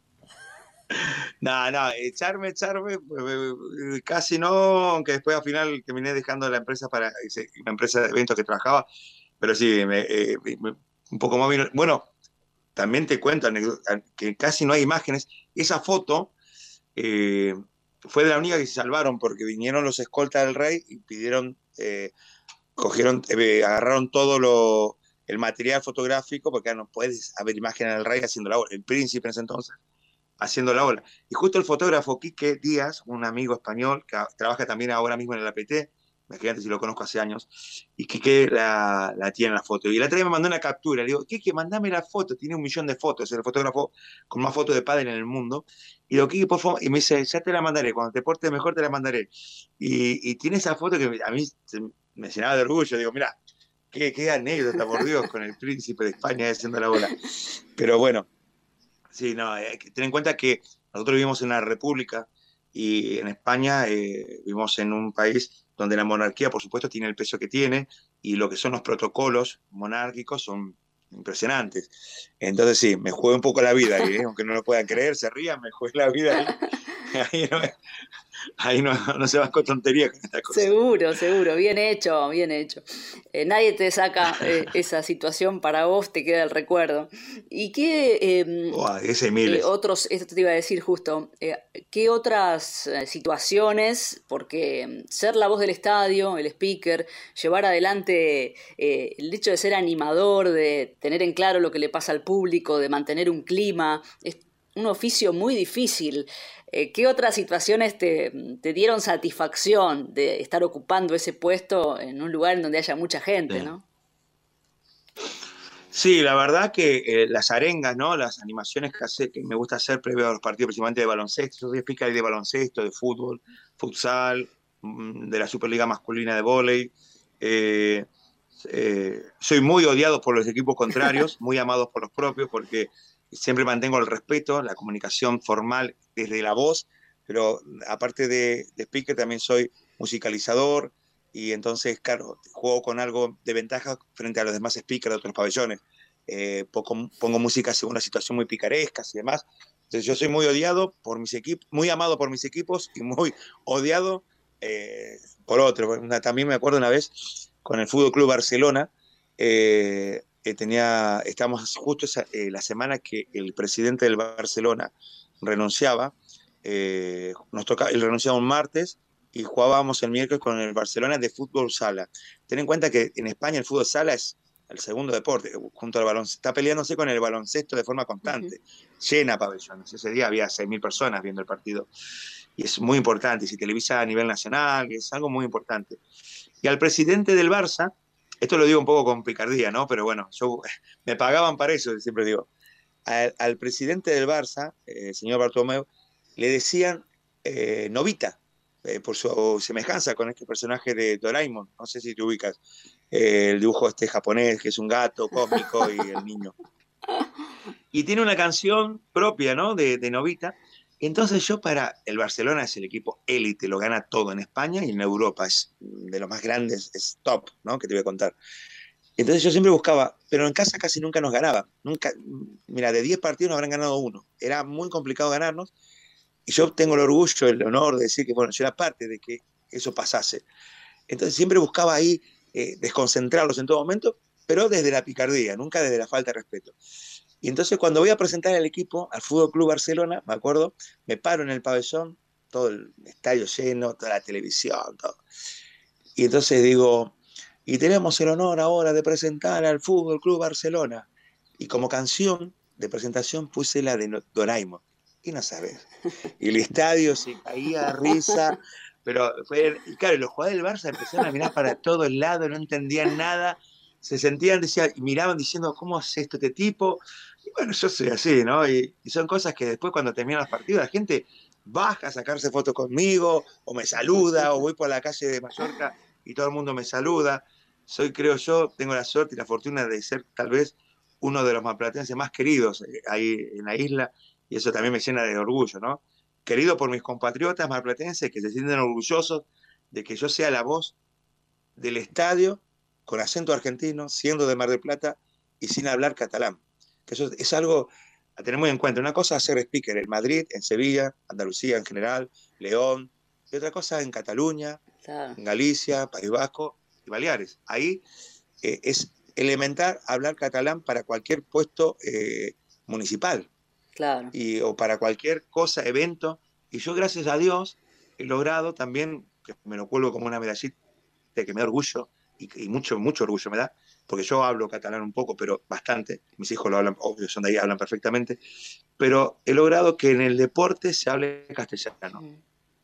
No, no, echarme, echarme, casi no, aunque después al final terminé dejando la empresa para una empresa de eventos que trabajaba, pero sí, me, eh, me, un poco más vino. Bueno, también te cuento que casi no hay imágenes. Esa foto eh, fue de la única que se salvaron, porque vinieron los escoltas del rey y pidieron, eh, cogieron, eh, agarraron todo lo, el material fotográfico, porque no puedes haber imágenes del rey haciendo la ola, el príncipe en ese entonces, haciendo la ola. Y justo el fotógrafo Quique Díaz, un amigo español que trabaja también ahora mismo en el A P T, imagínate si lo conozco hace años, y Quique la, la tiene en la foto. Y la otra vez me mandó una captura, le digo, Quique, mandame la foto, tiene un millón de fotos, es el fotógrafo con más fotos de pádel en el mundo. Y digo, Quique, por favor, y me dice, ya te la mandaré, cuando te portes mejor te la mandaré. Y, y tiene esa foto que a mí me llenaba de orgullo, digo, mira, qué, qué anécdota, por Dios, con el príncipe de España haciendo la ola. Pero bueno, sí, no, hay que tener en cuenta que nosotros vivimos en una república y en España eh, vivimos en un país donde la monarquía, por supuesto, tiene el peso que tiene, y lo que son los protocolos monárquicos son impresionantes. Entonces sí, me jugué un poco la vida ahí, ¿eh? Aunque no lo puedan creer, se rían, me jugué la vida ahí. Ahí no, ahí no, no se va con tonterías con esta cosa. Seguro, seguro, bien hecho, bien hecho. Eh, nadie te saca eh, esa situación, para vos te queda el recuerdo. ¿Y qué eh, oh, ese miles. Eh, otros, esto te iba a decir justo, eh, qué otras eh, situaciones, porque ser la voz del estadio, el speaker, llevar adelante eh, el hecho de ser animador, de tener en claro lo que le pasa al público, de mantener un clima, es un oficio muy difícil. Eh, ¿Qué otras situaciones te, te dieron satisfacción de estar ocupando ese puesto en un lugar en donde haya mucha gente, sí, ¿no? Sí, la verdad que eh, las arengas, ¿no? Las animaciones que, hace, que me gusta hacer previo a los partidos, principalmente de baloncesto. Yo soy speaker de baloncesto, de fútbol, futsal, de la Superliga masculina de vóley. Eh, eh, soy muy odiado por los equipos contrarios, muy amados por los propios, porque siempre mantengo el respeto, la comunicación formal desde la voz, pero aparte de, de speaker también soy musicalizador, y entonces, claro, juego con algo de ventaja frente a los demás speakers de otros pabellones. Eh, pongo, pongo música según una situación muy picaresca y demás. Entonces yo soy muy odiado por mis equipos, muy amado por mis equipos y muy odiado eh, por otros. Una, también me acuerdo una vez con el Fútbol Club Barcelona. Eh, eh, tenía, estamos justo esa, eh, la semana que el presidente del Barcelona renunciaba. Eh, nos toca, él renunciaba un martes y jugábamos el miércoles con el Barcelona de fútbol sala. Ten en cuenta que en España el fútbol sala es el segundo deporte, junto al baloncesto. Está peleándose con el baloncesto de forma constante. Uh-huh. Llena pabellones. Ese día había seis mil personas viendo el partido. Y es muy importante. Se televisa a nivel nacional, es algo muy importante. Y al presidente del Barça, esto lo digo un poco con picardía, ¿no? Pero bueno, yo, me pagaban para eso, siempre digo. Al, al presidente del Barça, el eh, señor Bartomeu, le decían eh, Novita, eh, por su semejanza con este personaje de Doraemon. No sé si te ubicas. Eh, el dibujo este japonés, que es un gato cósmico y el niño. Y tiene una canción propia, ¿no? De, de Novita. Entonces yo para el Barcelona es el equipo élite, lo gana todo en España y en Europa, es de los más grandes, es top, ¿no? Que te voy a contar. Entonces yo siempre buscaba, pero en casa casi nunca nos ganaba. Nunca, mira, de diez partidos nos habrán ganado uno. Era muy complicado ganarnos. Y yo tengo el orgullo, el honor de decir que, bueno, yo era parte de que eso pasase. Entonces siempre buscaba ahí eh, desconcentrarlos en todo momento, pero desde la picardía, nunca desde la falta de respeto. Y entonces cuando voy a presentar al equipo, al Fútbol Club Barcelona, me acuerdo, me paro en el pabellón, todo el estadio lleno, toda la televisión, todo. Y entonces digo, y tenemos el honor ahora de presentar al Fútbol Club Barcelona. Y como canción de presentación puse la de Doraemon. Y no sabes. Y el estadio se caía de risa. Pero fue, y claro, los jugadores del Barça empezaron a mirar para todos lados, no entendían nada. Se sentían, decían, miraban diciendo, ¿cómo es esto este tipo? Y bueno, yo soy así, ¿no? Y, y son cosas que después cuando terminan los partidos, la gente baja a sacarse fotos conmigo, o me saluda, o voy por la calle de Mallorca y todo el mundo me saluda. Soy, creo yo, tengo la suerte y la fortuna de ser tal vez uno de los marplatenses más queridos ahí en la isla, y eso también me llena de orgullo, ¿no? Querido por mis compatriotas marplatenses que se sienten orgullosos de que yo sea la voz del estadio con acento argentino, siendo de Mar del Plata y sin hablar catalán. Que eso es algo a tener muy en cuenta. Una cosa es ser speaker en Madrid, en Sevilla, Andalucía en general, León, y otra cosa en Cataluña, claro, en Galicia, País Vasco y Baleares. Ahí eh, es elemental hablar catalán para cualquier puesto eh, municipal. Claro. Y, o para cualquier cosa, evento. Y yo, gracias a Dios, he logrado también, que me lo cuelgo como una medallita, que me da orgullo, y, y mucho, mucho orgullo me da, porque yo hablo catalán un poco, pero bastante. Mis hijos lo hablan, obvio, son de ahí, hablan perfectamente. Pero he logrado que en el deporte se hable castellano. Mm.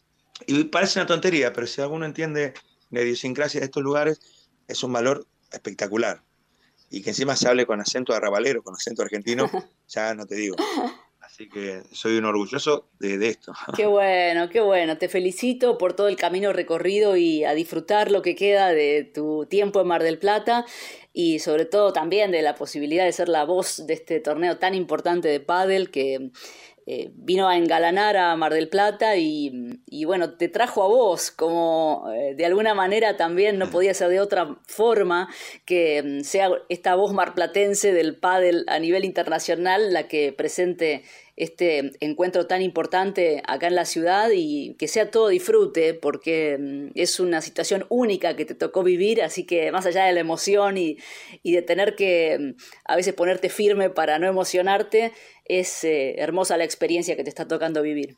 Y parece una tontería, pero si alguno entiende la idiosincrasia de estos lugares, es un valor espectacular. Y que encima se hable con acento arrabalero, con acento argentino, ya no te digo. Así que soy un orgulloso de, de esto. Qué bueno, qué bueno. Te felicito por todo el camino recorrido y a disfrutar lo que queda de tu tiempo en Mar del Plata y sobre todo también de la posibilidad de ser la voz de este torneo tan importante de pádel que eh, vino a engalanar a Mar del Plata y, y bueno, te trajo a vos como eh, de alguna manera también no podía ser de otra forma que sea esta voz marplatense del pádel a nivel internacional la que presente este encuentro tan importante acá en la ciudad y que sea todo disfrute porque es una situación única que te tocó vivir, así que más allá de la emoción y, y de tener que a veces ponerte firme para no emocionarte, es eh, hermosa la experiencia que te está tocando vivir.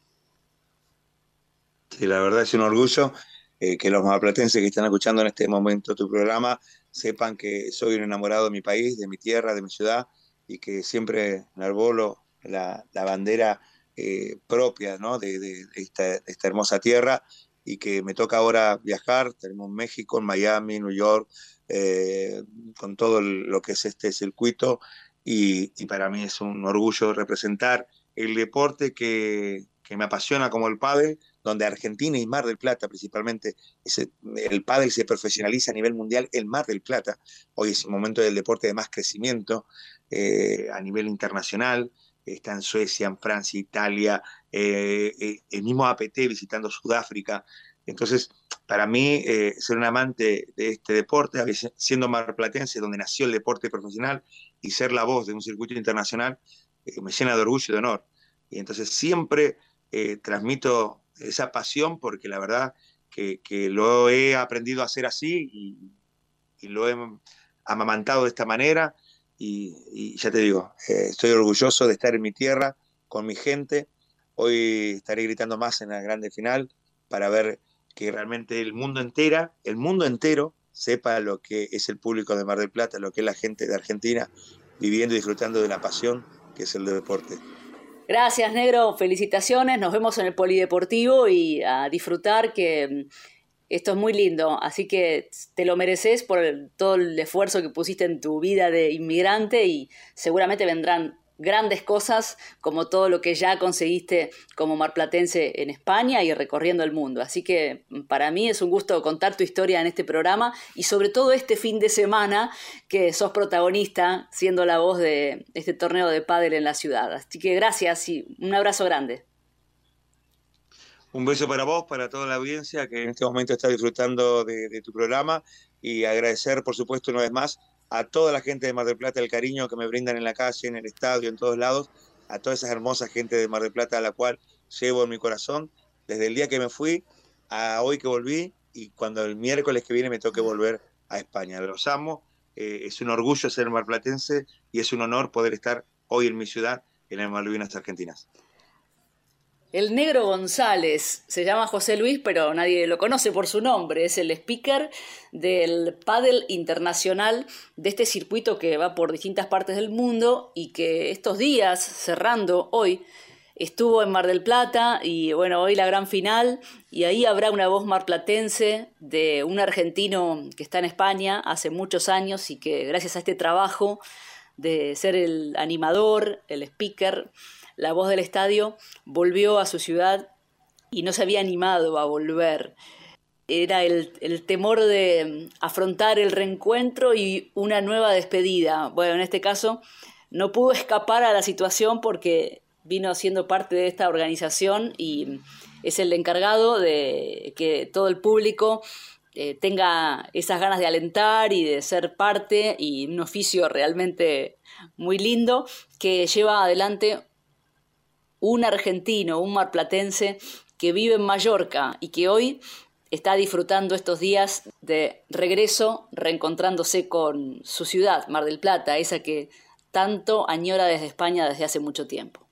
Sí, la verdad es un orgullo eh, que los marplatenses que están escuchando en este momento tu programa sepan que soy un enamorado de mi país, de mi tierra, de mi ciudad y que siempre enarbolo La, la bandera eh, propia, ¿no? de, de, de, esta, de esta hermosa tierra y que me toca ahora viajar. Tenemos México, en Miami, New York, eh, con todo lo que es este circuito y, y para mí es un orgullo representar el deporte que, que me apasiona como el pádel, donde Argentina y Mar del Plata principalmente, ese, el pádel se profesionaliza a nivel mundial en Mar del Plata. Hoy es el momento del deporte de más crecimiento eh, a nivel internacional. Está en Suecia, en Francia, Italia, eh, eh, el mismo A P T visitando Sudáfrica. Entonces, para mí, eh, ser un amante de este deporte, siendo marplatense, donde nació el deporte profesional, y ser la voz de un circuito internacional, eh, me llena de orgullo y de honor. Y entonces siempre eh, transmito esa pasión, porque la verdad que, que lo he aprendido a hacer así, y, y lo he amamantado de esta manera. Y, y ya te digo, eh, estoy orgulloso de estar en mi tierra, con mi gente. Hoy estaré gritando más en la grande final para ver que realmente el mundo entera, el mundo entero sepa lo que es el público de Mar del Plata, lo que es la gente de Argentina viviendo y disfrutando de la pasión que es el deporte. Gracias, Negro, felicitaciones, nos vemos en el Polideportivo y a disfrutar, que esto es muy lindo, así que te lo mereces por el, todo el esfuerzo que pusiste en tu vida de inmigrante, y seguramente vendrán grandes cosas como todo lo que ya conseguiste como marplatense en España y recorriendo el mundo. Así que para mí es un gusto contar tu historia en este programa, y sobre todo este fin de semana que sos protagonista siendo la voz de este torneo de pádel en la ciudad. Así que gracias y un abrazo grande. Un beso para vos, para toda la audiencia que en este momento está disfrutando de, de tu programa, y agradecer, por supuesto, una vez más a toda la gente de Mar del Plata el cariño que me brindan en la calle, en el estadio, en todos lados, a toda esa hermosa gente de Mar del Plata a la cual llevo en mi corazón desde el día que me fui a hoy que volví, y cuando el miércoles que viene me toque volver a España. Los amo, eh, es un orgullo ser marplatense y es un honor poder estar hoy en mi ciudad, en las Malvinas Argentinas. El Negro González, se llama José Luis, pero nadie lo conoce por su nombre. Es el speaker del pádel internacional, de este circuito que va por distintas partes del mundo y que estos días, cerrando hoy, estuvo en Mar del Plata, y bueno, hoy la gran final, y ahí habrá una voz marplatense de un argentino que está en España hace muchos años y que gracias a este trabajo de ser el animador, el speaker, la voz del estadio, volvió a su ciudad y no se había animado a volver. Era el, el temor de afrontar el reencuentro y una nueva despedida. Bueno, en este caso no pudo escapar a la situación porque vino siendo parte de esta organización y es el encargado de que todo el público eh, tenga esas ganas de alentar y de ser parte, y un oficio realmente muy lindo que lleva adelante un argentino, un marplatense que vive en Mallorca y que hoy está disfrutando estos días de regreso, reencontrándose con su ciudad, Mar del Plata, esa que tanto añora desde España desde hace mucho tiempo.